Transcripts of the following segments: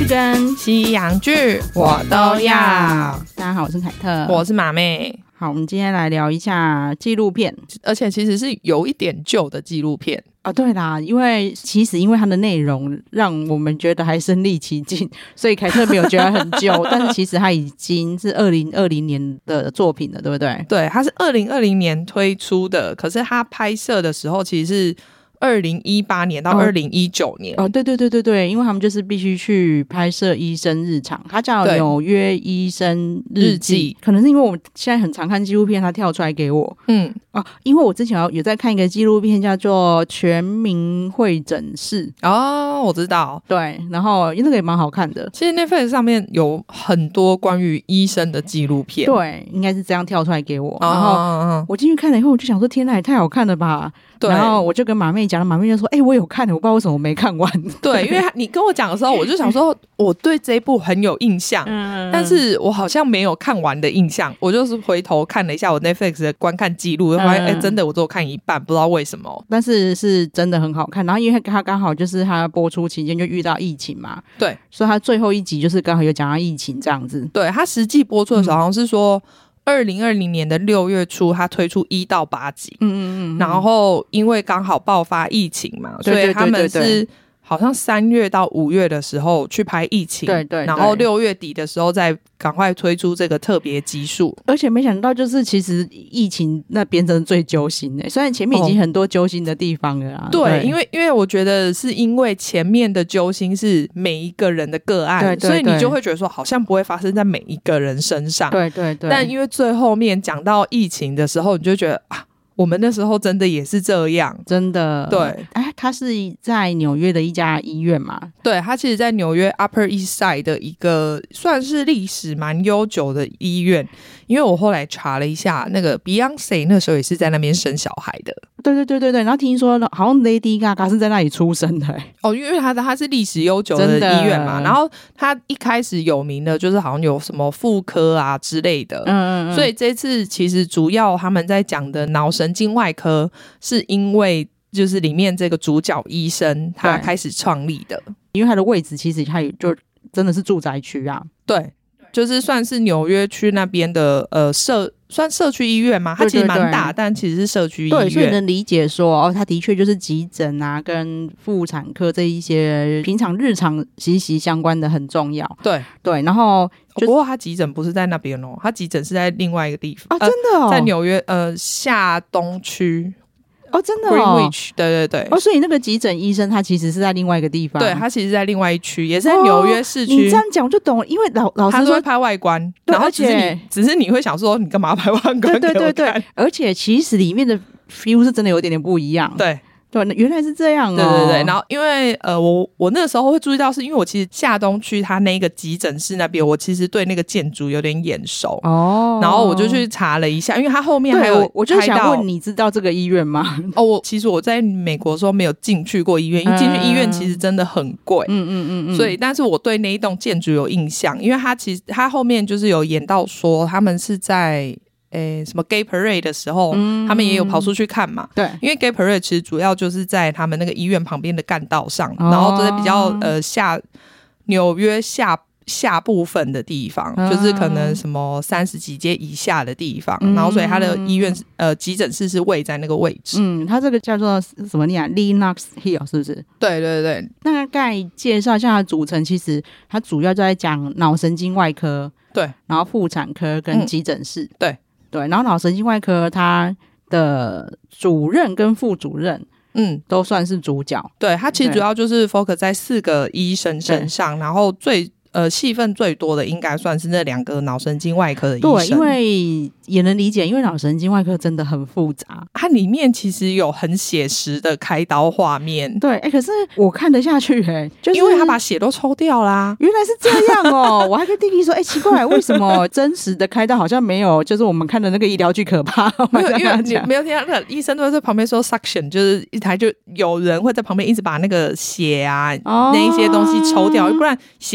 跟西洋剧我都要。 大家好，我是凯特， 我是马妹。 好，我们今天来聊一下纪录片， 而且其实是有一点旧的纪录片啊。对啦，因为它的内容让我们觉得还身临其境，所以凯特没有觉得很旧但是其实它已经是2020年的作品了，对不对？ 对，它是2020年推出的，可是它拍摄的时候其实是2018年到2019年。 对，因为他们就是必须去拍摄医生日常，它叫纽约医生日记。可能是因为我们现在很常看纪录片，它跳出来给我。因为我之前有在看一个纪录片叫做全民会诊室。 哦，我知道。 对，然后那个也蛮好看的。 其实 Netflix 上面有很多关于医生的纪录片。 对，应该是这样跳出来给我。然后我进去看了以后，我就想说天哪，也太好看了吧。对，然后我就跟马妹讲了，马妹就说我有看了，我不知道为什么我没看完。 对，因为你跟我讲的时候，我就想说我对这一部很有印象，但是我好像没有看完的印象。我就是回头看了一下我 Netflix 的观看记录，发现真的我只有看一半，不知道为什么。 但是是真的很好看。然后因为它刚好就是它播出期间就遇到疫情嘛， 对，所以它最后一集就是刚好有讲到疫情这样子。 对，它实际播出的时候好像是说2020年的6月初它推出1到8集，然后因为刚好爆发疫情嘛，所以他们是好像3月到5月的时候去拍疫情，对，然后6月底的时候再赶快推出这个特别集数。 而且没想到就是其实疫情那边真的最揪心的，虽然前面已经很多揪心的地方了啦。 对，因为我觉得是因为前面的揪心是每一个人的个案，所以你就会觉得说好像不会发生在每一个人身上。 对， 但因为最后面讲到疫情的时候，你就觉得我们那时候真的也是这样， 真的。 对， 他是在纽约的一家医院嘛？ 对，他其实在纽约 Upper East Side 的一个算是历史蛮悠久的医院。因为我后来查了一下，那个 Beyonce 那时候也是在那边生小孩的。 对，然后听说好像 Lady Gaga 是在那里出生的。 因为他是历史悠久的医院嘛，然后他一开始有名的就是好像有什么妇科啊之类的，所以这次其实主要他们在讲的脑神经外科是因为就是里面这个主角医生他开始创立的。 因为他的位置其实他也就真的是住宅区啊。 对，就是算是纽约区那边的算社区医院嘛，它其实蛮大，但其实是社区医院。 对，所以能理解说它的确就是急诊啊跟妇产科这一些平常日常息息相关的很重要。对，然后不过它急诊不是在那边哦，它急诊是在另外一个地方真的在纽约下东区。 真的 Greenwich， 对所以那个急诊医生他其实是在另外一个地方。 对，他其实在另外一区，也是在纽约市区。 你这样讲我就懂了，因为老师说他会拍外观，然后只是你会想说你干嘛拍外观给我看？ 对，而且其实里面的 feel 是真的有点不一样。对，原来是这样对，然后因为我那个时候会注意到，是因为我其实下东区它那个急诊室那边，我其实对那个建筑有点眼熟然后我就去查了一下，因为它后面还有我就想问你知道这个医院吗？ 其实我在美国的时候没有进去过医院，因为进去医院其实真的很贵，所以但是我对那一栋建筑有印象，因为它后面就是有演到说他们是在什么 Gay Parade 的时候他们也有跑出去看嘛。 对， 因为 Gay Parade 其实主要就是在他们那个医院旁边的干道上，然后都在比较纽约下部分的地方，就是可能什么30几街以下的地方，然后所以他的医院急诊室是位在那个位置。 他这个叫做什么念Lenox Hill 是不是？ 对， 大概介绍一下它的组成。其实它主要就在讲脑神经外科， 对， 然后妇产科跟急诊室， 对， 然后脑神经外科它的主任跟副主任都算是主角。 对，它其实主要就是 focus 在4个医生身上，然后戏份最多的应该算是那2个脑神经外科的医生。 对，因为也能理解，因为脑神经外科真的很复杂， 它里面其实有很写实的开刀画面。 对，可是我看得下去就是因为他把血都抽掉啦。 原来是这样我还跟弟弟说奇怪，为什么真实的开刀好像没有就是我们看的那个医疗剧可怕。 因为你没有听到那个医生都会在旁边说 suction， 就是一台就有人会在旁边一直把那个血啊那一些东西抽掉，不然血一直冒出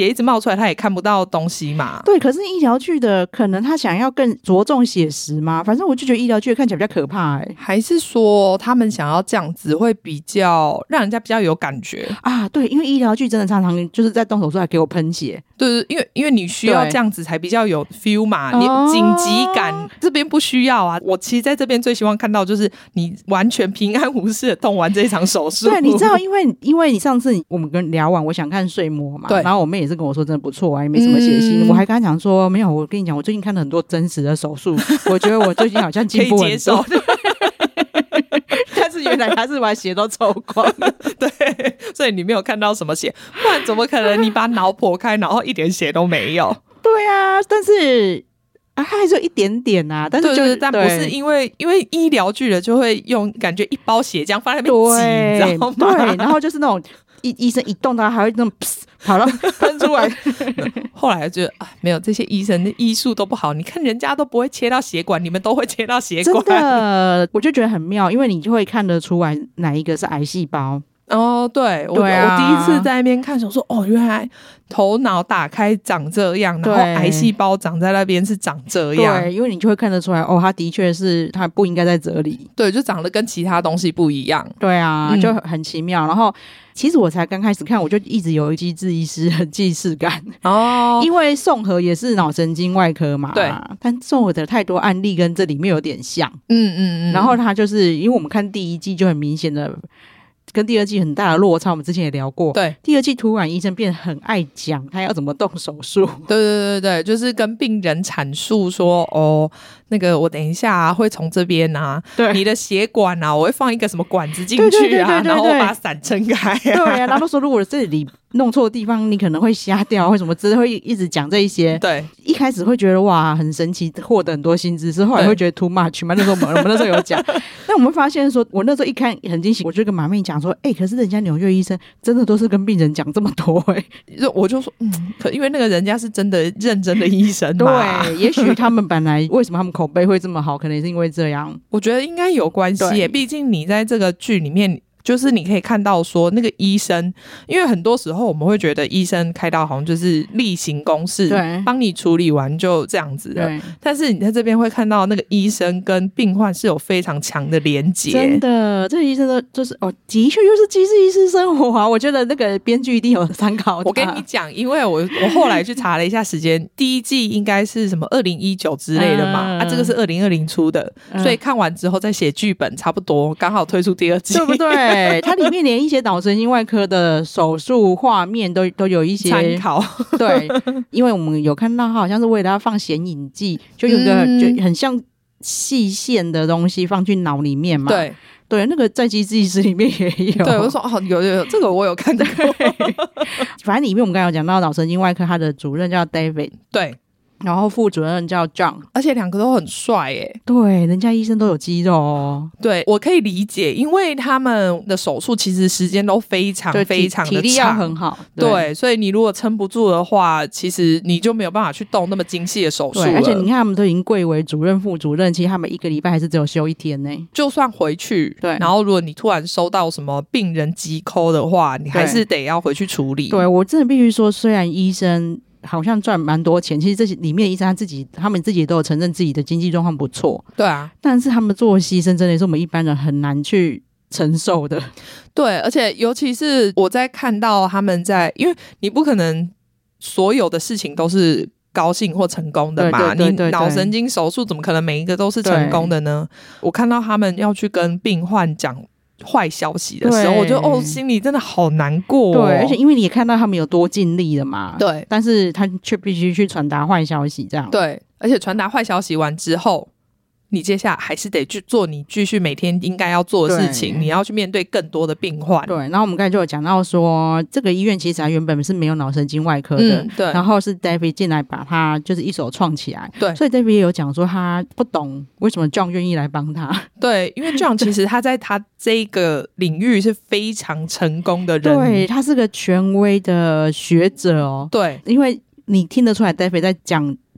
出来他也看不到东西嘛。 对，可是医疗剧的可能他想要更着重写实嘛，反正我就觉得医疗剧看起来比较可怕还是说他们想要这样子会比较让人家比较有感觉啊？对，因为医疗剧真的常常就是在动手术还给我喷血， 对，因为你需要这样子才比较有 feel 嘛，你紧急感这边不需要啊。我其实在这边最希望看到就是你完全平安无事的动完这一场手术。 对，你知道因为你上次我们跟聊完我想看睡魔嘛，然后我妹也是跟我说真的不错也没什么血腥，我还跟她讲说没有，我跟你讲我最近看了很多真实的手术我觉得我最近好像进步很多但是原来他是把血都抽光了对，所以你没有看到什么血，不然怎么可能你把脑剖开然后一点血都没有。 对啊，但是他还是有一点点啊，但是但不是因为医疗剧的就会用感觉一包血浆放在那边挤，你知道吗？ 对，然后就是那种医生一动他还会那种跑到喷出来后来觉得没有，这些医生的医术都不好，你看人家都不会切到血管，你们都会切到血管。 真的我就觉得很妙，因为你就会看得出来哪一个是癌细胞。 对，我第一次在那边看想说原来头脑打开长这样，然后癌细胞长在那边是长这样。 对，因为你就会看得出来它的确是它不应该在这里， 对，就长得跟其他东西不一样。 对啊，就很奇妙。然后其实我才刚开始看我就一直有机智医师的既视感因为宋和也是脑神经外科嘛， 对， 但宋和的太多案例跟这里面有点像然后他就是因为我们看第一季就很明显的跟第二季很大的落差，我们之前也聊过。 对， 第二季突然医生变得很爱讲他要怎么动手术。 对，就是跟病人阐述说那个我等一下会从这边对你的血管我会放一个什么管子进去然后我把伞撑开对然后都说如果这里弄错地方你可能会瞎掉或什么之类，会一直讲这一些。 对， 一开始会觉得哇很神奇，获得很多新知识，后来会觉得 too much 嘛。那时候我们那时候有讲但我们发现说我那时候一看很惊喜，我就跟马妹讲说可是人家纽约医生真的都是跟病人讲这么多我就说可因为那个人家是真的认真的医生嘛对，也许他们本来为什么他们口碑会这么好，可能也是因为这样。 我觉得应该有关系耶，毕竟你在这个剧里面就是你可以看到说那个医生，因为很多时候我们会觉得医生开刀好像就是例行公事， 对， 帮你处理完就这样子了。但是你在这边会看到那个医生跟病患是有非常强的连结。 真的，这个医生就是的确就是机智医师生活啊。我觉得那个编剧一定有参考他。 我跟你讲，因为我后来去查了一下时间第一季应该是什么2019之类的嘛这个是2020出的所以看完之后再写剧本差不多刚好推出第二季， 对不对？它里面连一些脑神经外科的手术画面都有一些参考对，因为我们有看到它好像是为了要放显影剂，就有个就很像细线的东西放进脑里面嘛。对，那个在机智医师里面也有。 对，我说有这个我有看过反正里面我们刚才有讲到脑神经外科他的主任叫 David， 对， 然后副主任叫 John， 而且两个都很帅耶。 对，人家医生都有肌肉对，我可以理解，因为他们的手术其实时间都非常非常的长， 体力要很好。 对，所以你如果撑不住的话，其实你就没有办法去动那么精细的手术了。 而且你看他们都已经贵为主任副主任，其实他们一个礼拜还是只有休1天呢。 就算回去，对，然后如果你突然收到什么病人急 call 的话，你还是得要回去处理。 对，我真的必须说，虽然医生好像赚蛮多钱，其实这些里面的医生他们自己都有承认自己的经济状况不错。 对啊， 但是他们做的牺牲真的是我们一般人很难去承受的。 对，而且尤其是我在看到他们因为你不可能所有的事情都是高兴或成功的嘛，你脑神经手术怎么可能每一个都是成功的呢？我看到他们要去跟病患讲坏消息的时候，我就心里真的好难过对，而且因为你也看到他们有多尽力了嘛， 对， 但是他却必须去传达坏消息，这样。 对，而且传达坏消息完之后，你接下来还是得去做你继续每天应该要做的事情，你要去面对更多的病患。 对，然后我们刚才就有讲到说，这个医院其实它原本是没有脑神经外科的， 对， 然后是 David 进来把他就是一手创起来， 对， 所以 David 也有讲说他不懂为什么 John 愿意来帮他。 对，因为 John 其实他在他这个领域是非常成功的人， 对，他是个权威的学者哦。 对， 因为你听得出来 David 在讲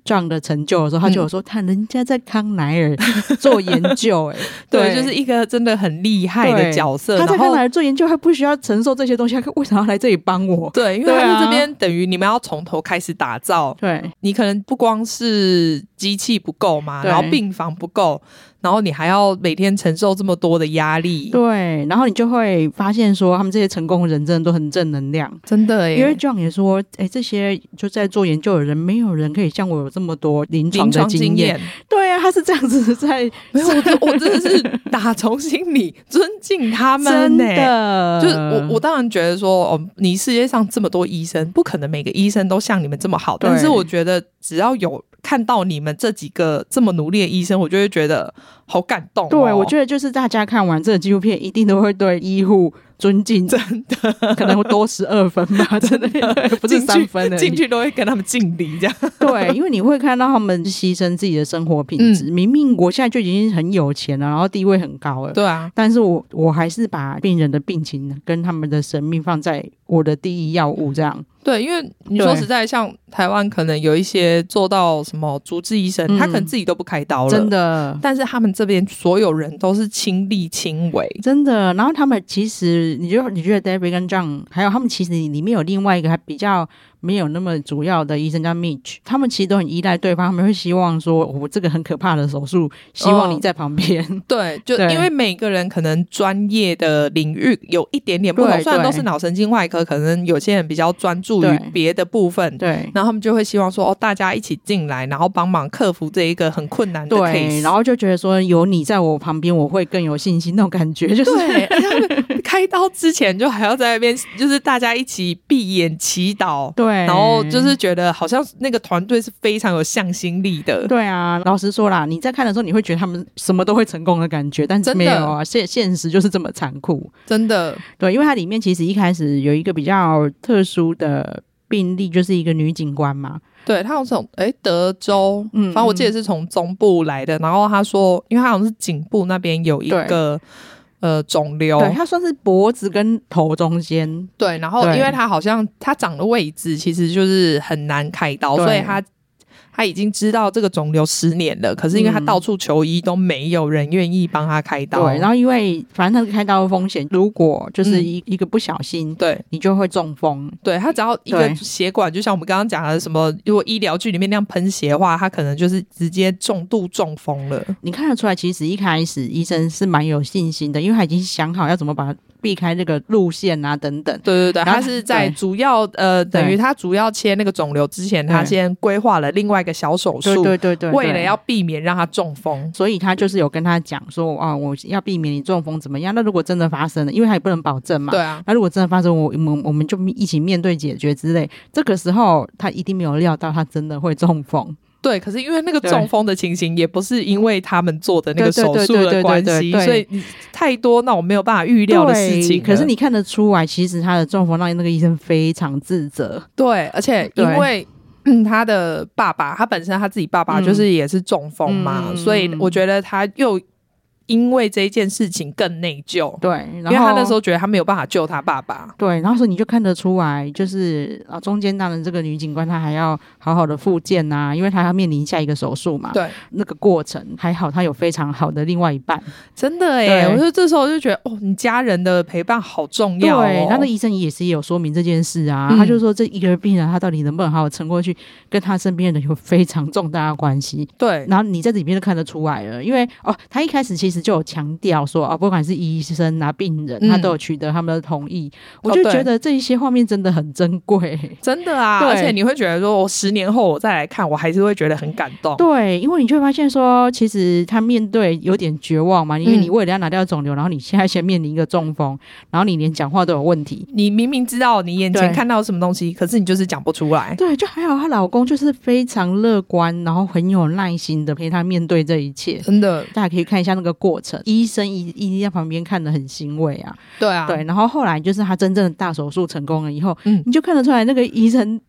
John 的成就的时候，他就有说他人家在康奈尔做研究对，就是一个真的很厉害的角色， 他在康奈尔做研究，他不需要承受这些东西，他为什么要来这里帮我？ 对，因为他们这边等于你们要从头开始打造， 对， 你可能不光是机器不够嘛，然后病房不够，然后你还要每天承受这么多的压力， 对，然后你就会发现说他们这些成功的人真的都很正能量， 真的耶。 因为 John 也说这些就在做研究的人，没有人可以像我有这么多临床的经验。对啊，他是这样子在没有我真的是打从心里尊敬他们真的就是我当然觉得说你世界上这么多医生，不可能每个医生都像你们这么好，但是我觉得只要有看到你们这几个这么努力的医生，我就会觉得好感动对，我觉得就是大家看完这个纪录片一定都会对医护尊敬， 真的可能会多12分吧，真的不是3分而已， 进去都会跟他们敬礼这样。 对，因为你会看到他们牺牲自己的生活品质，明明我现在就已经很有钱了，然后地位很高了， 对啊， 但是我还是把病人的病情跟他们的生命放在我的第一要务这样。 对，因为你说实在，像台湾可能有一些做到什么主治医生，他可能自己都不开刀了， 真的。但是他们这边所有人都是亲力亲为， 真的。然后他们其实，你觉得 David 跟 John， 还有他们其实里面有另外一个还比较没有那么主要的医生叫 Mitch， 他们其实都很依赖对方，他们会希望说我这个很可怕的手术，希望你在旁边。 对，就因为每个人可能专业的领域有一点点不同，虽然都是脑神经外科，可能有些人比较专注于别的部分， 对， 然后他们就会希望说大家一起进来，然后帮忙克服这一个很困难的 case， 对，然后就觉得说有你在我旁边，我会更有信心那种感觉，就是对，他们开刀之前就还要在那边，就是大家一起闭眼祈祷， 对， 然后就是觉得好像那个团队是非常有向心力的。 对啊，老实说啦，你在看的时候你会觉得他们什么都会成功的感觉，但是没有啊，现实就是这么残酷， 真的。 对，因为它里面其实一开始有一个比较特殊的病例，就是一个女警官嘛。 对，他好像从德州，反正我记得是从中部来的。然后他说，因为他好像是颈部那边有一个肿瘤， 对，他算是脖子跟头中间。 对，然后因为他好像他长的位置其实就是很难开刀，所以他已经知道这个肿瘤10年了，可是因为他到处求医都没有人愿意帮他开刀。 对，然后因为反正他开刀的风险，如果就是一个不小心， 对， 你就会中风。 对，他只要一个血管，就像我们刚刚讲的什么，如果医疗剧里面那样喷血的话，他可能就是直接重度中风了。 你看得出来，其实一开始医生是蛮有信心的，因为他已经想好要怎么把它避开这个路线啊等等。 对对对，他是在主要等于他主要切那个肿瘤之前，他先规划了另外一个小手术， 对， 为了要避免让他中风， 所以他就是有跟他讲说我要避免你中风怎么样？那如果真的发生了，因为他也不能保证嘛， 对啊， 那如果真的发生，我们就一起面对解决之类。这个时候他一定没有料到他真的会中风。 对，可是因为那个中风的情形也不是因为他们做的那个手术的关系，所以太多那我没有办法预料的事情。 可是你看得出来，其实他的中风让那个医生非常自责。 对，而且因为他的爸爸，他本身他自己爸爸就是也是中风嘛，所以我觉得他又因为这一件事情更内疚。 对，然后因为他那时候觉得他没有办法救他爸爸。 对，然后所以你就看得出来，就是中间当然这个女警官她还要好好的复健啊，因为她要面临下一个手术嘛。 对， 那个过程还好，她有非常好的另外一半。 真的耶，我就这时候就觉得你家人的陪伴好重要。 对，那医生也是有说明这件事啊，他就说这一个病人他到底能不能好好撑过去，跟他身边的人有非常重大的关系。 对， 然后你在这里面就看得出来了，因为他一开始其实就有强调说不管是医生啊病人，他都有取得他们的同意。我就觉得这一些画面真的很珍贵， 真的啊！而且你会觉得说我10年后我再来看，我还是会觉得很感动。 对，因为你就会发现说其实他面对有点绝望嘛，因为你为了要拿掉肿瘤，然后你现在先面临一个中风，然后你连讲话都有问题， 你明明知道你眼前看到什么东西，可是你就是讲不出来。 对，就还好她老公就是非常乐观，然后很有耐心的陪她面对这一切。 真的， 大家可以看一下那个过程，医生一定在旁边看得很欣慰啊。 对啊， 对，然后后来就是他真正的大手术成功了以后，你就看得出来那个医生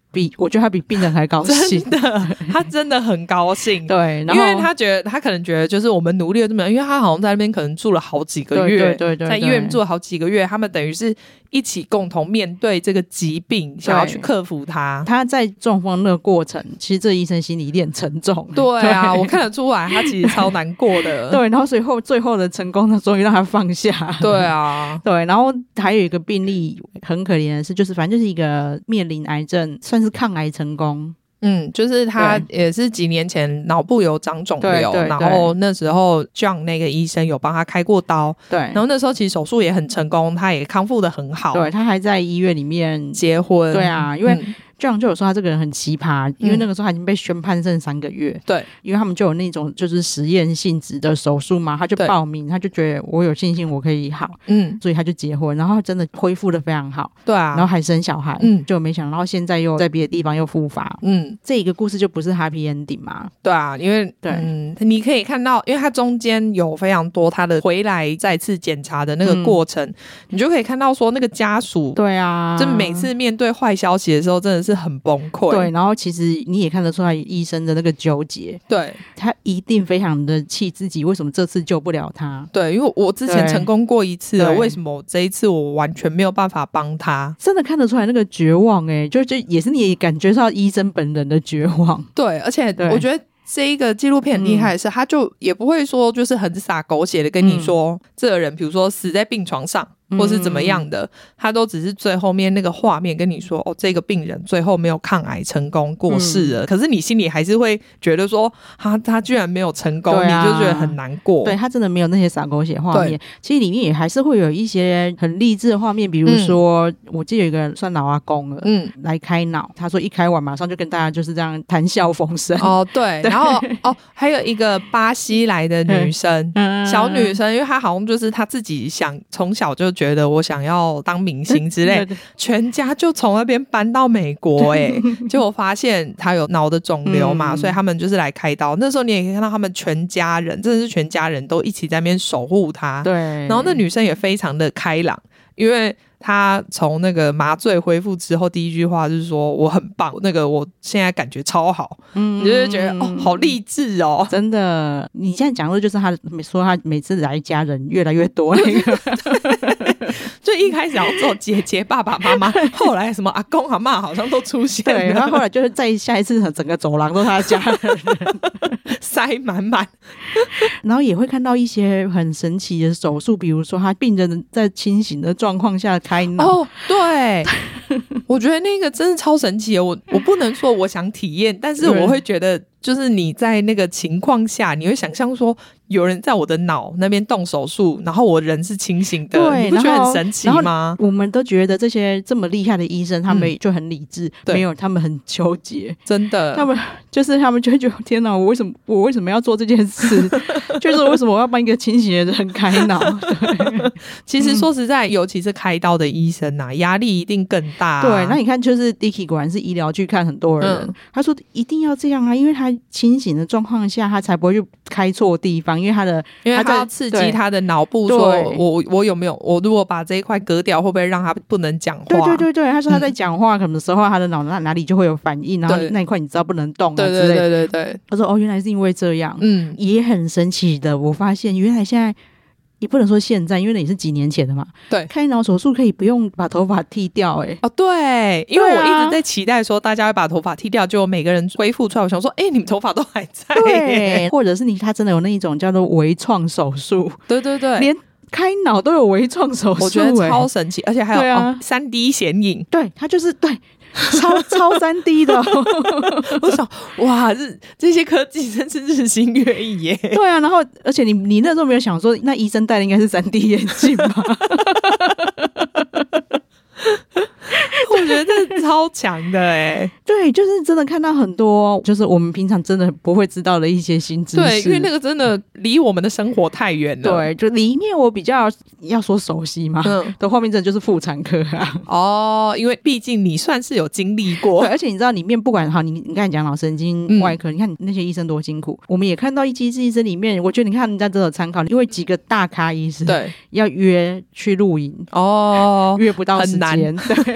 我觉得他比病人还高兴， 真的，他真的很高兴。 对，然后因为他可能觉得就是我们努力了这么，因为他好像在那边可能住了好几个月， 对， 在医院住了好几个月，他们等于是一起共同面对这个疾病，想要去克服它。 他在中风那个过程，其实这医生心里一定很沉重。 对啊，我看得出来，他其实超难过的。 对，然后所以最后的成功，他终于让他放下。 对啊， 对，然后还有一个病例很可怜的是，就是反正就是一个面临癌症，算是抗癌成功。 就是他也是几年前脑部有长肿瘤， 对， 然后那时候 John 那个医生有帮他开过刀， 对， 然后那时候其实手术也很成功，他也康复得很好， 对，他还在医院里面结婚。 对啊，因为这样就有说他这个人很奇葩，因为那个时候他已经被宣判剩3个月， 对， 因为他们就有那种就是实验性质的手术嘛，他就报名，他就觉得我有信心我可以好，所以他就结婚，然后真的恢复得非常好，对啊，然后还生小孩，就没想到现在又在别的地方又复发，这一个故事就不是 happy ending 嘛， 对啊，因为你可以看到，因为他中间有非常多他的回来再次检查的那个过程，你就可以看到说那个家属， 对啊， 就每次面对坏消息的时候真的是很崩溃， 对，然后其实你也看得出来医生的那个纠结， 对， 他一定非常的气自己为什么这次救不了他， 对，因为我之前成功过一次了，为什么这一次我完全没有办法帮他， 真的看得出来那个绝望就也是你也感觉到医生本人的绝望， 对，而且我觉得这一个纪录片很厉害的是，他就也不会说就是很洒狗血的跟你说，这个人比如说死在病床上或是怎么样的，他都只是最后面那个画面跟你说，这个病人最后没有抗癌成功过世了，可是你心里还是会觉得说他居然没有成功，你就觉得很难过。 对，他真的没有那些洒狗血画面，其实里面也还是会有一些很励志的画面，比如说我记得有一个算老阿公了，来开脑，他说一开完马上就跟大家就是这样谈笑风生。 对，然后还有一个巴西来的女生，小女生，因为她好像就是她自己想从小就觉得我想要当明星之类，全家就从那边搬到美国结果发现她有脑的肿瘤嘛，所以他们就是来开刀。那时候你也可以看到他们全家人，真的是全家人都一起在那边守护她。对，然后那女生也非常的开朗，因为他从那个麻醉恢复之后，第一句话就是说我很棒，那个我现在感觉超好，你就会觉得好励志哦， 真的。你现在讲的就是他说他每次来家人越来越多那个就一开始要做姐姐爸爸妈妈，后来什么阿公阿嬷好像都出现了， 对，然后后来就是在下一次整个走廊都是他家人塞满满然后也会看到一些很神奇的手术，比如说他病人在清醒的状况下开脑对我觉得那个真的超神奇的，我不能说我想体验，但是我会觉得就是你在那个情况下你会想象说有人在我的脑那边动手术，然后我人是清醒的， 对， 你不觉得很神奇吗？ 我们都觉得这些这么厉害的医生他们就很理智，没有，他们很纠结， 真的， 他们就会觉得天哪，我为什么要做这件事就是为什么我要帮一个清醒的人开脑其实说实在尤其是开刀的医生压力一定更大对，那你看就是 Dicky 果然是医疗剧看很多人他说一定要这样因为他清醒的状况下他才不会去开错地方，因为他要刺激他的脑部说我有没有，我如果把这一块割掉会不会让他不能讲话， 对，他说他在讲话可能时候他的脑哪里就会有反应，然后那一块你知道不能动之类对， 他说原来是因为这样也很神奇的，我发现原来现在也不能说现在，因为那也是几年前的嘛。对，开脑手术可以不用把头发剃掉对，因为我一直在期待说大家会把头发剃掉，就每个人恢复出来，我想说你们头发都还在对，或者是他真的有那一种叫做微创手术， 对，连开脑都有微创手术， 我觉得超神奇，而且还有3D 显影， 对，他就是对超 3D 的我想哇这些科技真是日新月异耶。 对啊，然后而且你那时候没有想说那医生戴的应该是 3D 眼镜吧我觉得这超强的对，就是真的看到很多就是我们平常真的不会知道的一些新知识， 对，因为那个真的离我们的生活太远了。 对，就里面我比较要说熟悉嘛的画面真的就是妇产科因为毕竟你算是有经历过， 对，而且你知道里面不管好你刚才讲脑神经外科你看那些医生多辛苦，我们也看到一机智医生里面，我觉得你看人家真的有参考，因为几个大咖医生对要约去露营约不到时间，对， 他们还要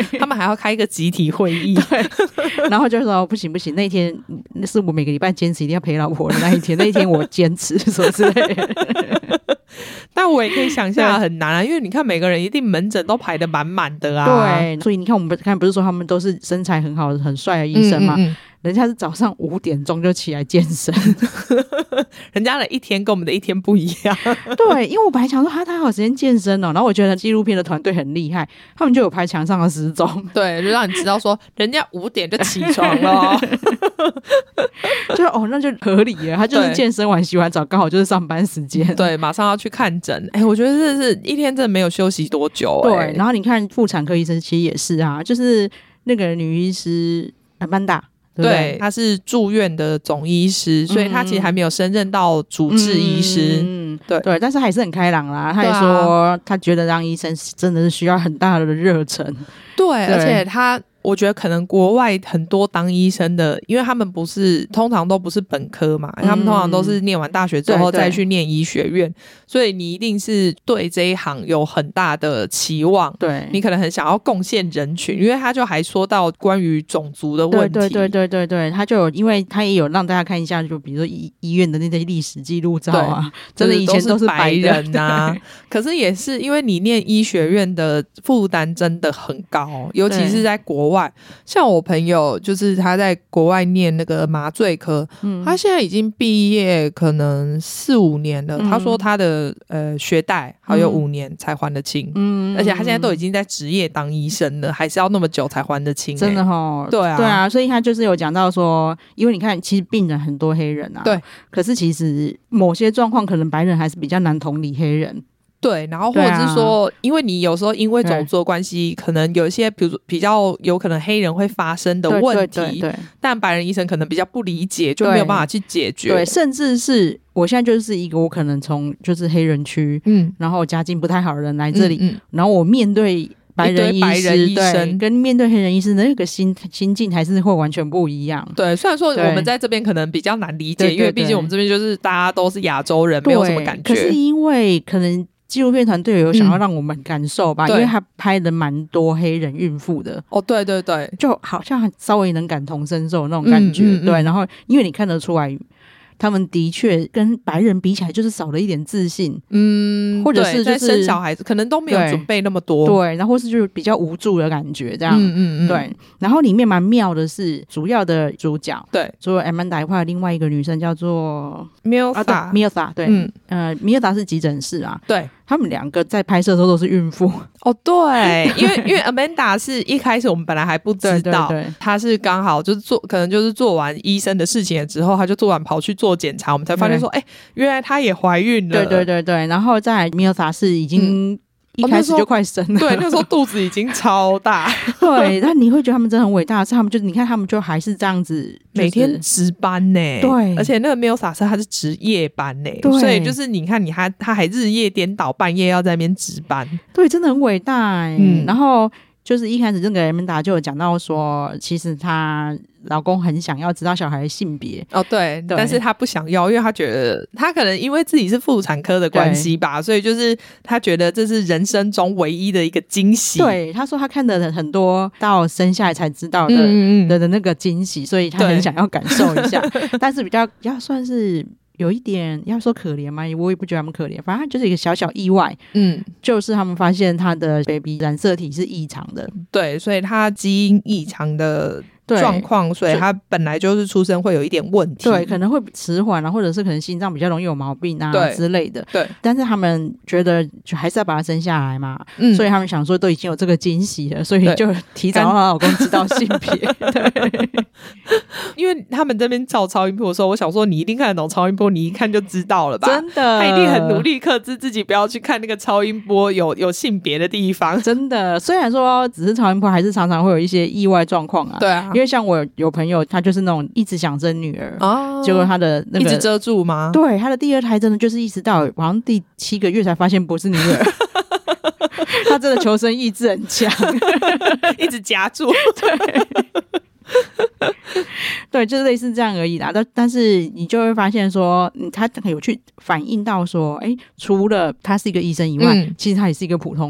要开一个集体会议， 对，然后就说不行，那一天是我每个礼拜坚持一定要陪老婆的那一天，那一天我坚持什么之类的。 但我也可以想象很难啊，因为你看每个人一定门诊都排得满满的啊。 对，所以你看我们刚才不是说他们都是身材很好很帅的医生嘛，人家是早上5点钟就起来健身。 人家的一天跟我们的一天不一样。 对，因为我本来想说他有时间健身哦，然后我觉得纪录片的团队很厉害，他们就有拍墙上的时钟， 对，就让你知道说人家5点就起床了。 就那就合理了，他就是健身完洗完澡刚好就是上班时间， 对，马上要去看诊。我觉得这是一天真的没有休息多久。 对，然后你看妇产科医生其实也是啊，就是那个女医师曼达，对， 他是住院的总医师，所以他其实还没有升任到主治医师。对， 但是还是很开朗啦。他也说他觉得当医生真的是需要很大的热忱。 对，而且我觉得可能国外很多当医生的，因为他们通常都不是本科嘛，他们通常都是念完大学之后再去念医学院，所以你一定是对这一行有很大的期望。 对， 你可能很想要贡献人群，因为他就还说到关于种族的问题。 对，他就因为他也有让大家看一下，就比如说医院的那些历史记录照啊，真的以前都是白人啊。可是也是因为你念医学院的负担真的很高，尤其是在国外。像我朋友就是他在国外念那个麻醉科，他现在已经毕业可能4-5年了。他说他的学贷还有5年才还得清，而且他现在都已经在职业当医生了，还是要那么久才还得清。 真的齁。 对啊， 所以他就是有讲到说，因为你看其实病人很多黑人啊， 对， 可是其实某些状况可能白人还是比较难同理黑人。 对，然后或者是说，因为你有时候因为种族的关系，可能有一些比如说比较有可能黑人会发生的问题，但白人医生可能比较不理解，就没有办法去解决。对， 甚至是我现在就是一个我可能从就是黑人区，然后家境不太好的人来这里，然后我面对白人医生跟面对黑人医生的那个心境还是会完全不一样。 对，虽然说我们在这边可能比较难理解，因为毕竟我们这边就是大家都是亚洲人，没有什么感觉。 可是因为可能纪录片团队有想要让我们感受吧，因为他拍的蛮多黑人孕妇的。 哦，对对对， 就好像稍微能感同身受那种感觉。对，然后因为你看得出来他们的确跟白人比起来就是少了一点自信，或者是在生小孩子可能都没有准备那么多， 对，然后或是就是比较无助的感觉这样，对。然后里面蛮妙的是主要的主角， 对， 除了 Amanda 以外，另外一个女生叫做 Milsa， 对，Milsa 是急诊室啊， 对。 他们2个在拍摄的时候都是孕妇。 哦，对，因为 Amanda 是一开始我们本来还不知道，她是刚好就是可能就是做完医生的事情了之后，她就做完跑去做检查，我们才发现说，原来她也怀孕了。 对，然后再来 Milsa 是已经一开始就快生了， 对，那时候肚子已经超大。 对，但你会觉得他们真的很伟大，是他们就你看他们就还是这样子， 每天值班呢。 对， 而且那个 Milsa 他是值夜班呢，所以就是你看他还日夜颠倒，半夜要在那边值班， 对，真的很伟大。然后就是一开始这个 Amanda 就有讲到说，其实她老公很想要知道小孩的性别。 哦，对，但是他不想要，因为他觉得他可能因为自己是妇产科的关系吧，所以就是他觉得这是人生中唯一的一个惊喜。 对，他说他看的很多到生下来才知道的那个惊喜，所以他很想要感受一下。但是比较要算是有一点要说可怜吗？我也不觉得他们可怜，反正就是一个小小意外，就是他们发现他的 baby 染色体是异常的， 对，所以他基因异常的状况，所以他本来就是出生会有一点问题， 对，可能会迟缓啊，或者是可能心脏比较容易有毛病啊之类的， 对。 但是他们觉得就还是要把他生下来嘛，所以他们想说都已经有这个惊喜了，所以就提早让老公知道性别。对， 因为他们这边照超音波的时候，我想说你一定看得懂超音波，你一看就知道了吧？ 真的， 他一定很努力克制自己不要去看那个超音波有性别的地方。 真的，虽然说只是超音波，还是常常会有一些意外状况啊。 对啊， 因为像我有朋友，他就是那种一直想生女儿，结果他的那个一直遮住吗？ 对，他的第2胎真的就是一直到好像第7个月才发现不是女儿。他真的求生意志很强， 一直夹住。 对，就是类似这样而已啦。但是你就会发现说，他有去反映到说，除了他是一个医生以外，其实他也是一个普通人。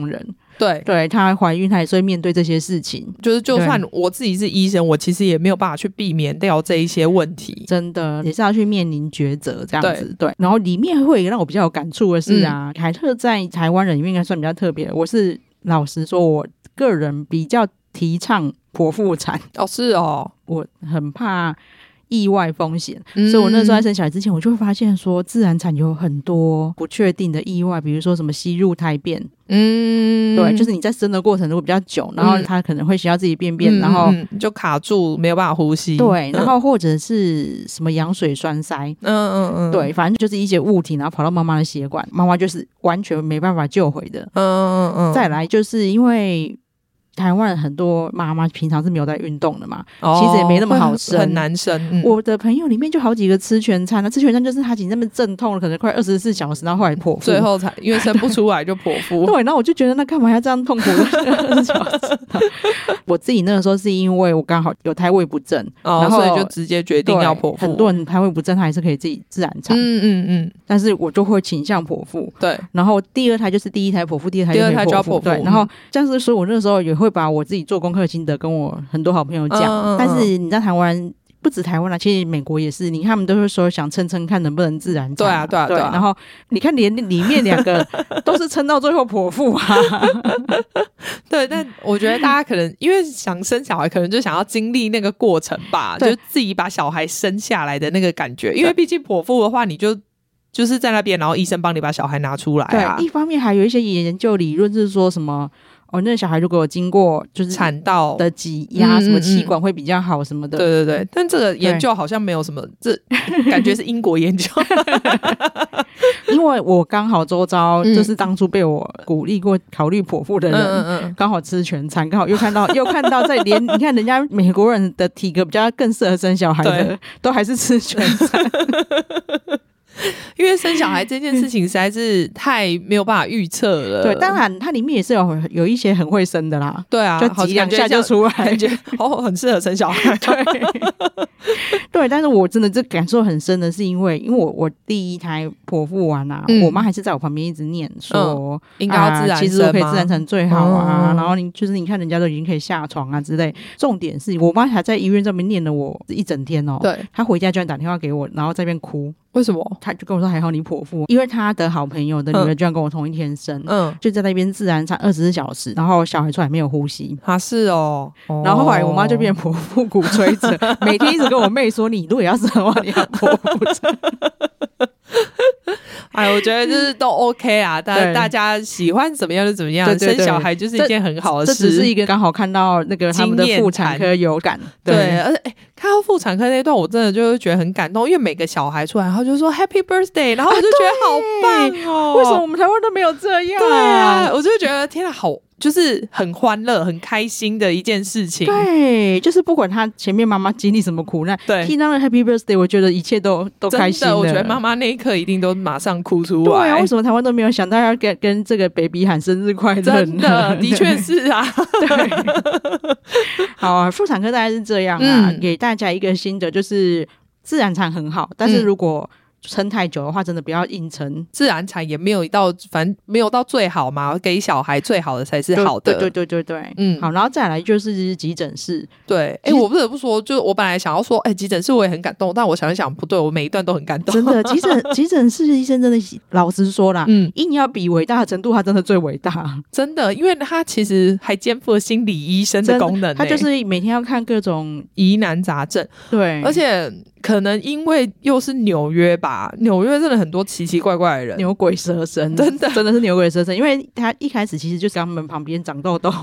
对，她怀孕她也是会面对这些事情， 就是就算我自己是医生，我其实也没有办法去避免掉这一些问题， 真的也是要去面临抉择这样子。 对，然后里面会有一个让我比较有感触的是啊，凯特在台湾人里面应该算比较特别的，我是老实说我个人比较提倡剖腹产。 是哦， 我很怕意外风险，所以我那时候在生小孩之前，我就会发现说自然产有很多不确定的意外，比如说什么吸入胎便，对，就是你在生的过程如果比较久，然后他可能会需要自己便便，然后就卡住没有办法呼吸， 对，然后或者是什么羊水栓塞，对，反正就是一些物体然后跑到妈妈的血管，妈妈就是完全没办法救回的。再来就是因为台湾很多妈妈平常是没有在运动的嘛，其实也没那么好生， 很难生。 我的朋友里面就好几个吃全餐，那吃全餐就是他已经那么阵痛了，可能快24小时，然后后来剖腹， 最后才因为生不出来就剖腹。 对，然后我就觉得那干嘛要这样痛苦的24小时？我自己那个时候是因为我刚好有胎位不正，然后所以就直接决定要剖腹。 很多人胎位不正，他还是可以自己自然产，但是我就会倾向剖腹。 对， 然后第二胎就是第一胎剖腹，第二胎就要剖腹。对，然后这样子说，我那个时候也会把我自己做功课心得跟我很多好朋友讲，但是你在台湾。不止台湾啦，其实美国也是，你看他们都会说想撑撑看能不能自然产。对啊。然后你看连里面2个都是撑到最后剖腹啊。 对，但我觉得大家可能因为想生小孩，可能就想要经历那个过程吧，就自己把小孩生下来的那个感觉。因为毕竟剖腹的话，你就是在那边，然后医生帮你把小孩拿出来啊。 对，一方面还有一些研究理论是说什么。那个小孩如果有经过就是产道的挤压，什么气管会比较好什么的。 对，但这个研究好像没有什么，这感觉是英国研究。 因为我刚好周遭就是当初被我鼓励过考虑剖腹的人，刚好吃全餐，刚好又看到在连你看人家美国人的体格比较更适合生小孩的，都还是吃全餐。 因为生小孩这件事情实在是太没有办法预测了。 对，当然它里面也是有一些很会生的啦。 对啊， 就挤2下就出来， 感觉很适合生小孩。 对，但是我真的这感受很深的是因为我第一胎剖腹完啊，我妈还是在我旁边一直念说， 应该要自然生， 其实我可以自然产最好啊。然后你看人家都已经可以下床啊之类。重点是我妈还在医院这边念了我一整天哦。 对， 她回家居然打电话给我，然后在那边哭。 为什么？ 他就跟我说还好你剖腹，因为他的好朋友的女儿居然跟我同一天生，就在那边自然产24小时，然后小孩出来没有呼吸。 是哦。 然后后来我妈就变剖腹鼓吹者，每天一直跟我妹说你如果要生的话你要剖腹。 我觉得就是都 OK 啊，大家喜欢怎么样就怎么样，生小孩就是一件很好的事。 这只是一个刚好看到那个他们的妇产科有感。 对，而且看到妇产科那段我真的就会觉得很感动，因为每个小孩出来然后就说 Happy Birthday， 然后我就觉得好棒哦。 为什么我们台湾都没有这样？ 对啊，我就觉得天啊，好就是很欢乐很开心的一件事情。 对，就是不管他前面妈妈经历什么苦难， 对， 听到了 Happy Birthday， 我觉得一切都开心的。 我觉得妈妈那一刻一定都马上哭出来。 对啊，为什么台湾都没有想到要跟这个 baby 喊生日快乐？ 真的确是啊。 对，好啊，妇产科大概是这样啊，给大家一个心得，就是自然产很好，但是如果撑太久的话真的不要硬撑。 自然产也没有到，反正没有到最好嘛，给小孩最好的才是好的。 对，好，然后再来就是急诊室。 对，我不得不说，就我本来想要说急诊室我也很感动，但我想一想不对，我每一段都很感动。 真的，急诊室医生真的老实说啦，硬要比伟大的程度他真的最伟大， 真的，因为他其实还肩负了心理医生的功能， 他就是每天要看各种疑难杂症。对，而且可能因为又是纽约吧，纽约真的很多奇奇怪怪的人， 牛鬼蛇神，真的是牛鬼蛇神。因为他一开始其实就是他们旁边长痘痘。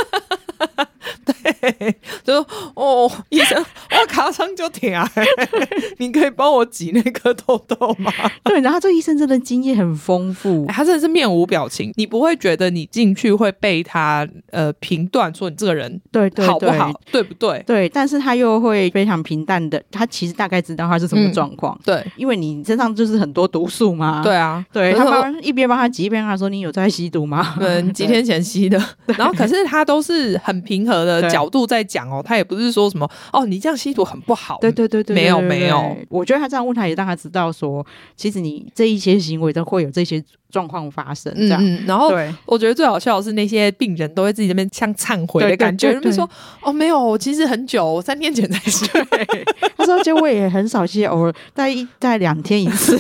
对，就医生，我卡上就疼，你可以帮我挤那颗痘痘吗？ 对，然后这个医生真的经验很丰富， 他真的是面无表情，你不会觉得你进去会被他评断说你这个人对好不好，对不对？ 对，但是他又会非常平淡的，他其实大概知道他是什么状况。 对， 因为你身上就是很多毒素嘛。 对啊， 对，他一边帮他挤一边跟他说你有在吸毒吗？ 对，几天前吸的。然后可是他都是很平和的角角度在讲哦，他也不是说什么你这样吸毒很不好， 对对对对， 没有没有， 我觉得他这样问他也让他知道说，其实你这一些行为都会有这些状况发生这样。 然后我觉得最好笑的是那些病人都会自己那边像忏悔的感觉，人们说没有，我其实很久，我3天前才睡。 他说就我也很少吸，偶尔大概2天一次。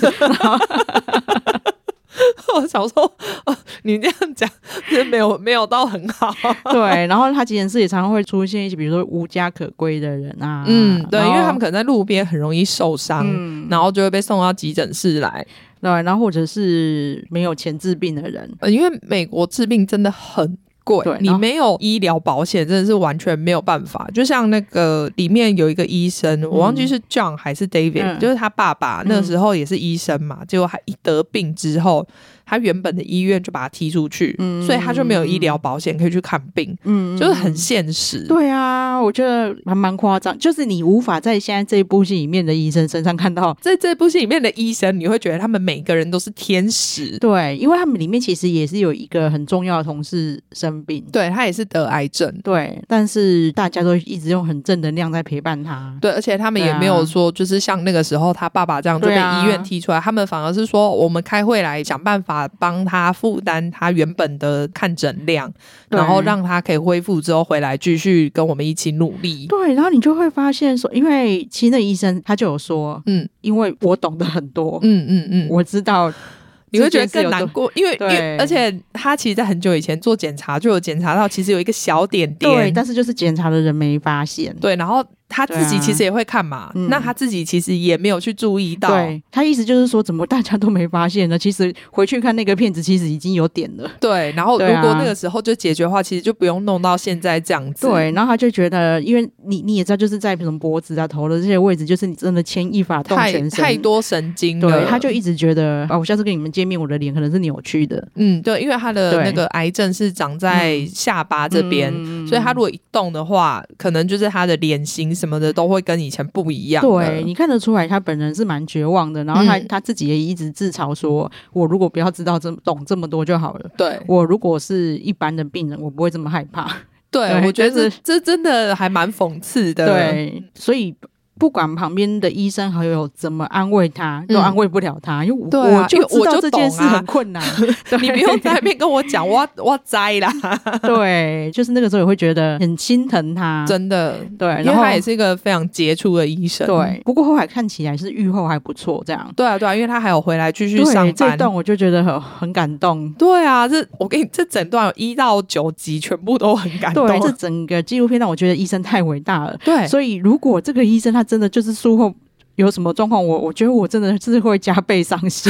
我想说你这样讲是没有到很好。 对，然后他急诊室也常常会出现一些比如说无家可归的人啊， 对，因为他们可能在路边很容易受伤，然后就会被送到急诊室来。 对，然后或者是没有钱治病的人， 因为美国治病真的很贵，你没有医疗保险真的是完全没有办法。就像那个里面有一个医生，我忘记是 John 还是 David，就是他爸爸那时候也是医生嘛，结果他一得病之后，他原本的医院就把他踢出去，所以他就没有医疗保险可以去看病，就是很现实。 对啊，我觉得还蛮夸张，就是你无法在现在这一部戏里面的医生身上看到， 在这部戏里面的医生，你会觉得他们每个人都是天使。 对，因为他们里面其实也是有一个很重要的同事生病， 对，他也是得癌症， 对，但是大家都一直用很正能量在陪伴他。 对，而且他们也没有说就是像那个时候他爸爸这样就被医院踢出来，他们反而是说我们开会来想办法帮他负担他原本的看诊量，然后让他可以恢复之后回来继续跟我们一起努力。 对，然后你就会发现说，因为其实那医生他就有说，因为我懂得很多，我知道。 你会觉得更难过，因为而且他其实在很久以前做检查就有检查到其实有一个小点点， 对，但是就是检查的人没发现。 对，然后他自己其实也会看嘛，那他自己其实也没有去注意到。 对，他意思就是说怎么大家都没发现呢？其实回去看那个片子其实已经有点了。 对，然后如果那个时候就解决的话，其实就不用弄到现在这样子。 对，然后他就觉得因为你也知道就是在什么脖子啊头的这些位置，就是你真的牵一发动全身， 太多神经了。 对，他就一直觉得我下次跟你们见面我的脸可能是扭曲的。 对，因为他的那个癌症是长在下巴这边，所以他如果一动的话，可能就是他的脸型什么的都会跟以前不一样。 对，你看得出来他本人是蛮绝望的，然后他自己也一直自嘲说，我如果不要知道懂这么多就好了。 对， 我如果是一般的病人我不会这么害怕。 对，我觉得这真的还蛮讽刺的。 对，所以不管旁边的医生好友怎么安慰他，都安慰不了他，因为我就知道这件事很困难。 你不用在那边跟我讲，我栽啦。 对，就是那个时候也会觉得很心疼他， 真的。 对， 因为他也是一个非常杰出的医生。 对，不过后来看起来是预后还不错，这样。 对啊，对啊，因为他还有回来继续上班。 这段我就觉得很感动。 对啊，我跟你这整段有1到9集全部都很感动。 对，这整个纪录片让我觉得医生太伟大了。 对， 所以如果这个医生他真的就是术后有什么状况，我觉得我真的是会加倍伤心。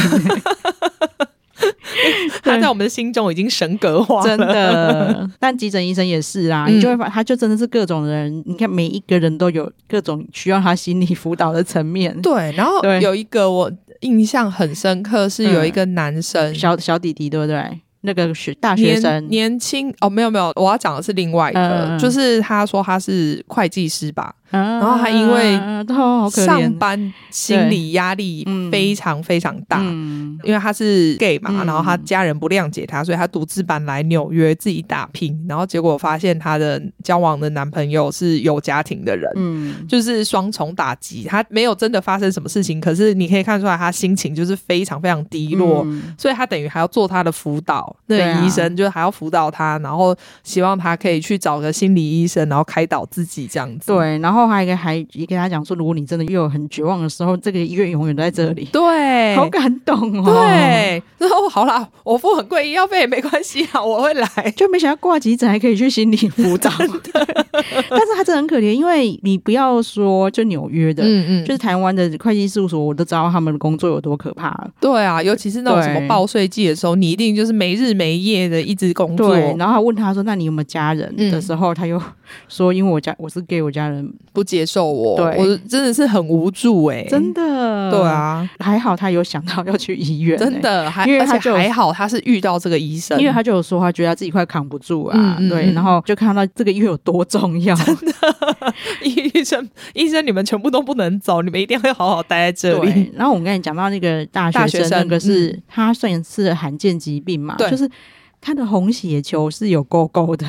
他在我们的心中已经神格化了， 真的。但急诊医生也是啊，你就会发现他就真的是各种人，你看每一个人都有各种需要他心理辅导的层面。 对，然后有一个我印象很深刻，是有一个男生， 小弟弟，对不对？那个大学生年轻没有，我要讲的是另外一个，就是他说他是会计师吧，然后他因为上班心理压力非常非常大，因为他是 gay 嘛，然后他家人不谅解他，所以他独自搬来纽约自己打拼，然后结果发现他的交往的男朋友是有家庭的人，就是双重打击。他没有真的发生什么事情，可是你可以看出来他心情就是非常非常低落，所以他等于还要做他的辅导，那个医生就还要辅导他，然后希望他可以去找个心理医生，然后开导自己这样子。 对，然后还也跟他讲说，如果你真的又有很绝望的时候，这个医院永远都在这里。 对， 好感动哦。 对，然后好啦，我付很贵医药费也没关系啊，我会来。 就没想到挂急诊还可以去心理辅导。但是他真的很可怜，因为你不要说就纽约的，就是台湾的会计事务所，我都知道他们的工作有多可怕了。 对啊，尤其是那种什么报税季的时候，你一定就是没日没夜的一直工作。 对，然后他问他说：“那你有没有家人？”的时候，他又说：“因为我是 gay， 我家人不接受我。” 对， 我真的是很无助真的。 对啊， 还好他有想到要去医院， 真的， 因为他就还好他是遇到这个医生， 因为他就有说他觉得他自己快扛不住啊，对，然后就看到这个医院有多重要。 真的，医生你们全部都不能走，你们一定要好好待在这里。 对，然后我们刚才讲到那个大学生，那个是他算是罕见疾病嘛，就是他的红血球是有勾勾的。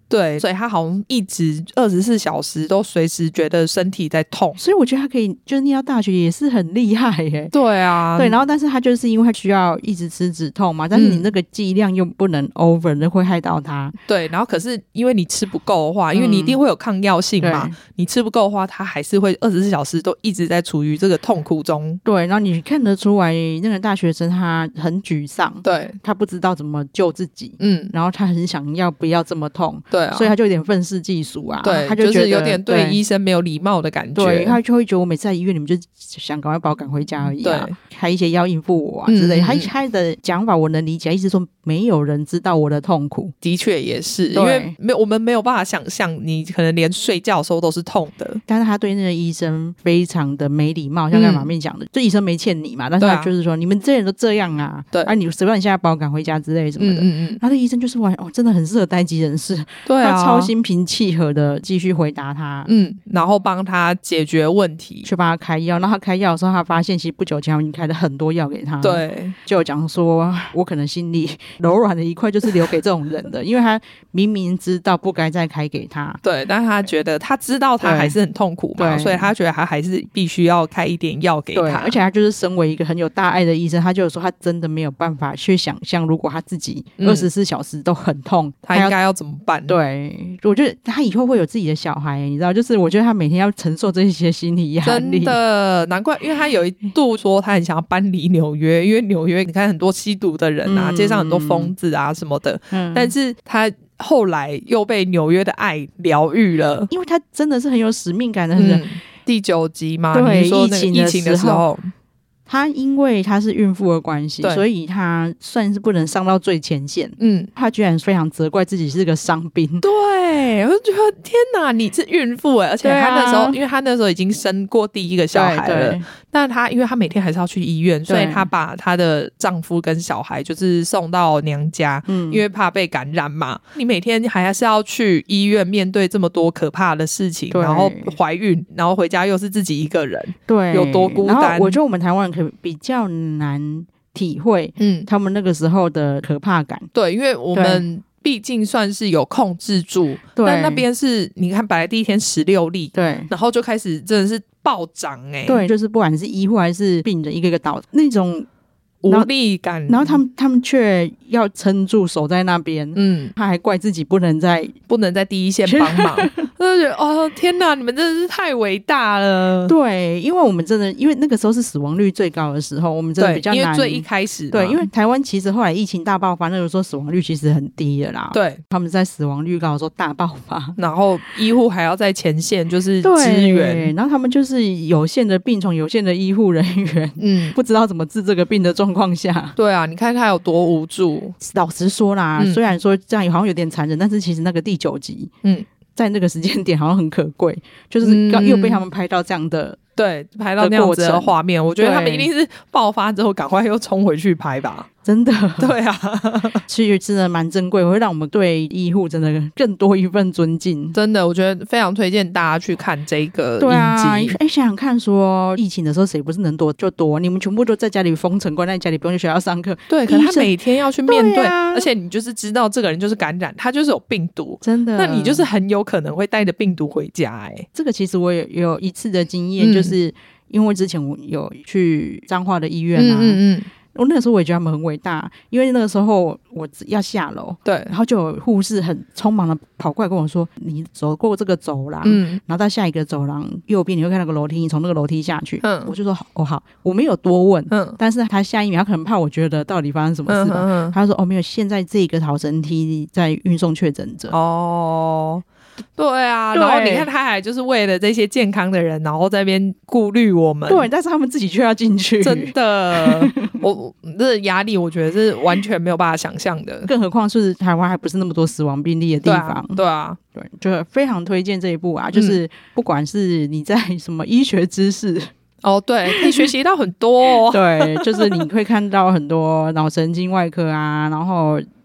对，所以他好像一直24小时都随时觉得身体在痛， 所以我觉得他可以就是念到大学也是很厉害耶。 对啊， 对，然后但是他就是因为他需要一直吃止痛嘛，但是你那个剂量又不能 over，那会害到他。 对，然后可是因为你吃不够的话，因为你一定会有抗药性嘛，你吃不够的话，他还是会24小时都一直在处于这个痛苦中。 对，然后你看得出来那个大学生他很沮丧， 对， 他不知道怎么救自己，然后他很想要不要这么痛， 对啊， 所以他就有点愤世嫉俗啊， 对， 他就觉得、 就是有点对医生没有礼貌的感觉， 对，他就会觉得我每次在医院你们就想赶快把我赶回家而已啊，开一些药应付我啊之类的，他的讲法我能理解，意思说没有人知道我的痛苦， 的确也是，因为我们没有办法想象你可能连睡觉的时候都是痛的， 但是他对那个医生非常的没礼貌，像刚才马妹讲的，就医生没欠你嘛，但是他就是说你们这些人都这样啊，对啊，你谁让你现在把我赶回家之类什么的，然后这医生就是真的很适合待机人士，对啊，他超心平气和的继续回答他， 然后帮他解决问题， 去帮他开药，然后他开药的时候他发现其实不久前我已经开了很多药给他， 对， 就讲说我可能心里柔软的一块就是留给这种人的，因为他明明知道不该再开给他， 对，但是他觉得他知道他还是很痛苦嘛，所以他觉得他还是必须要开一点药给他， 而且他就是身为一个很有大爱的医生，他就有说他真的没有办法去想象如果他自己24小时都很痛， 他应该要怎么办。 对，我觉得他以后会有自己的小孩，你知道，就是我觉得他每天要承受这些心理压力， 真的难怪，因为他有一度说他很想要搬离纽约，因为纽约你看很多吸毒的人啊，街上很多疯子啊什么的，但是他后来又被纽约的爱疗愈了， 因为他真的是很有使命感的人。 第9集嘛， 对， 你说那个疫情的时候， 她因为她是孕妇的关系，所以她算是不能上到最前线。她居然非常责怪自己是个伤兵。 对，我就觉得天哪，你是孕妇而且她那时候，因为她那时候已经生过第一个小孩了，但她因为她每天还是要去医院，所以她把她的丈夫跟小孩就是送到娘家，因为怕被感染嘛。你每天还是要去医院面对这么多可怕的事情，然后怀孕，然后回家又是自己一个人，对，有多孤单。 然后我觉得我们台湾人比较难体会他们那个时候的可怕感， 对，因为我们毕竟算是有控制住，但那边是你看本来第一天16例，对，然后就开始真的是暴涨对，就是不管是医护还是病人一个一个倒那种无力感， 然后他们却要撑住守在那边，他还怪自己不能在第一线帮忙我就觉得哦天哪，你们真的是太伟大了。 对，因为我们真的因为那个时候是死亡率最高的时候，我们真的比较难， 因为最一开始对，因为台湾其实后来疫情大爆发那个时候死亡率其实很低的啦，对，他们在死亡率高的时候大爆发， 然后医护还要在前线就是支援， 然后他们就是有限的病床有限的医护人员，不知道怎么治这个病的状况下， 对啊，你看他有多无助。 老实说啦，虽然说这样好像有点残忍，但是其实那个第9集在那个时间点好像很可贵，就是又被他们拍到这样的， 对，拍到那样子的画面，我觉得他们一定是爆发之后赶快又冲回去拍吧。 真的， 对啊， 其实真的蛮珍贵，会让我们对医护真的更多一份尊敬。 真的，我觉得非常推荐大家去看这个影集。 对啊，想想看，说疫情的时候谁不是能躲就躲？你们全部都在家里封城，关在家里，不用去学校上课。 对，可是他每天要去面对，而且你就是知道这个人就是感染，他就是有病毒， 真的， 那你就是很有可能会带着病毒回家。 这个其实我也有一次的经验，就是因为之前我有去彰化的医院啊。我那个时候我也觉得他们很伟大，因为那个时候我要下楼，对，然后就有护士很匆忙的跑过来跟我说：“你走过这个走廊，然后到下一个走廊右边，你会看到个楼梯，你从那个楼梯下去。”我就说：“哦好。”我没有多问，但是他下一秒他可能怕我觉得到底发生什么事吧，他说：“哦没有，现在这个逃生梯在运送确诊者。”哦。 对啊，然后你看他还就是为了这些健康的人，然后在那边顾虑我们， 对，但是他们自己却要进去， 真的，我这压力我觉得是完全没有办法想象的， 更何况是台湾还不是那么多死亡病例的地方， 对啊， 对，就非常推荐这一部啊，就是不管是你在什么医学知识。 哦，对，可以学习到很多。 对，就是你会看到很多脑神经外科啊，然后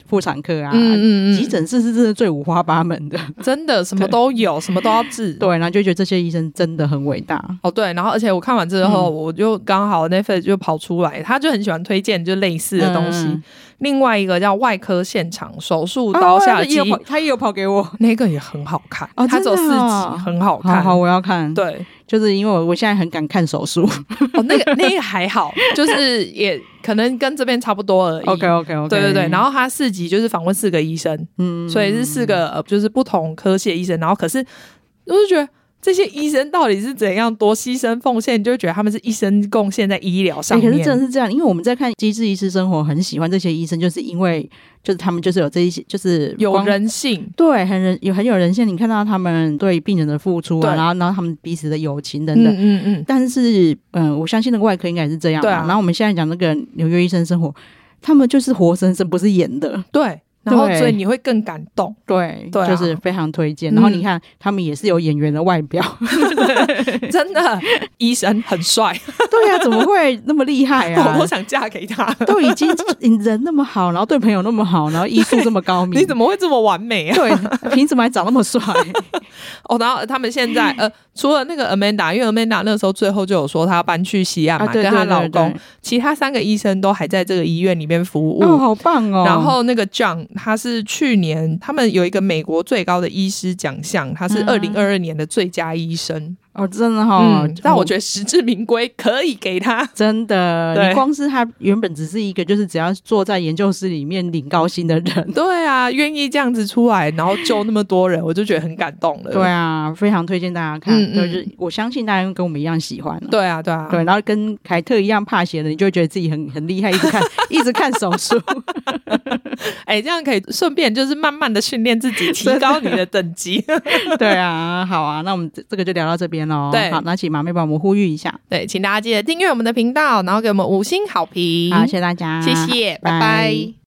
妇产科啊，急诊室是真的最五花八门的， 真的什么都有，什么都要治。 对，然后就觉得这些医生真的很伟大。 对，然后而且我看完之后，我就刚好 Netflix 就跑出来，他就很喜欢推荐就类似的东西。另外一个叫外科现场手术刀下机， 他也有跑给我， 那个也很好看，他走4集，很好看。 好，我要看。 对， 就是因为我现在很敢看手术。 那个还好，就是也可能跟这边差不多而已。 OK， 对。然后他4集就是访问4个医生，所以是4个就是不同科系的医生。然后可是我就觉得，这些医生到底是怎样多牺牲奉献，你就会觉得他们是一生贡献在医疗上面。 可是真的是这样，因为我们在看《机智医师生活》，很喜欢这些医生，就是因为就是他们就是有这一些，就是有人性， 对，很有人性。你看到他们对病人的付出啊，然后他们彼此的友情等等。但是我相信那个外科应该也是这样。对啊。然后我们现在讲那个纽约医生生活，他们就是活生生，不是演的。 对。然后所以你会更感动。 对，就是非常推荐。然后你看他们也是有演员的外表。 真的医生很帅。 对啊，怎么会那么厉害啊？ 我都想嫁给他。 都已经人那么好，然后对朋友那么好，然后医术这么高明， 你怎么会这么完美啊？ 对，凭什么还长那么帅？ 然后他们现在除了那个 Amanda， 因为 Amanda 那时候最后就有说她要搬去西岸嘛，跟她老公，其他3个医生都还在这个医院里面服务。 好棒哦。 然后那个 John 他是去年他们有一个美国最高的医师奖项，他是2022年的最佳医生。 真的但我觉得实至名归，可以给他。 真的，你光是他原本只是一个就是只要坐在研究室里面领高薪的人， 对啊，愿意这样子出来然后救那么多人，我就觉得很感动了。 对啊，非常推荐大家看。就是我相信大家跟我们一样喜欢。 对啊， 对，然后跟凯特一样怕血的，你就会觉得自己很厉害，一直看手术。 这样可以顺便就是慢慢的训练自己，提高你的等级。 对啊，好啊，那我们这个就聊到这边咯。 对， 好，那请马妹帮我们呼吁一下。 对，请大家记得订阅我们的频道，然后给我们5星好评。 好，谢谢大家， 谢谢，拜拜。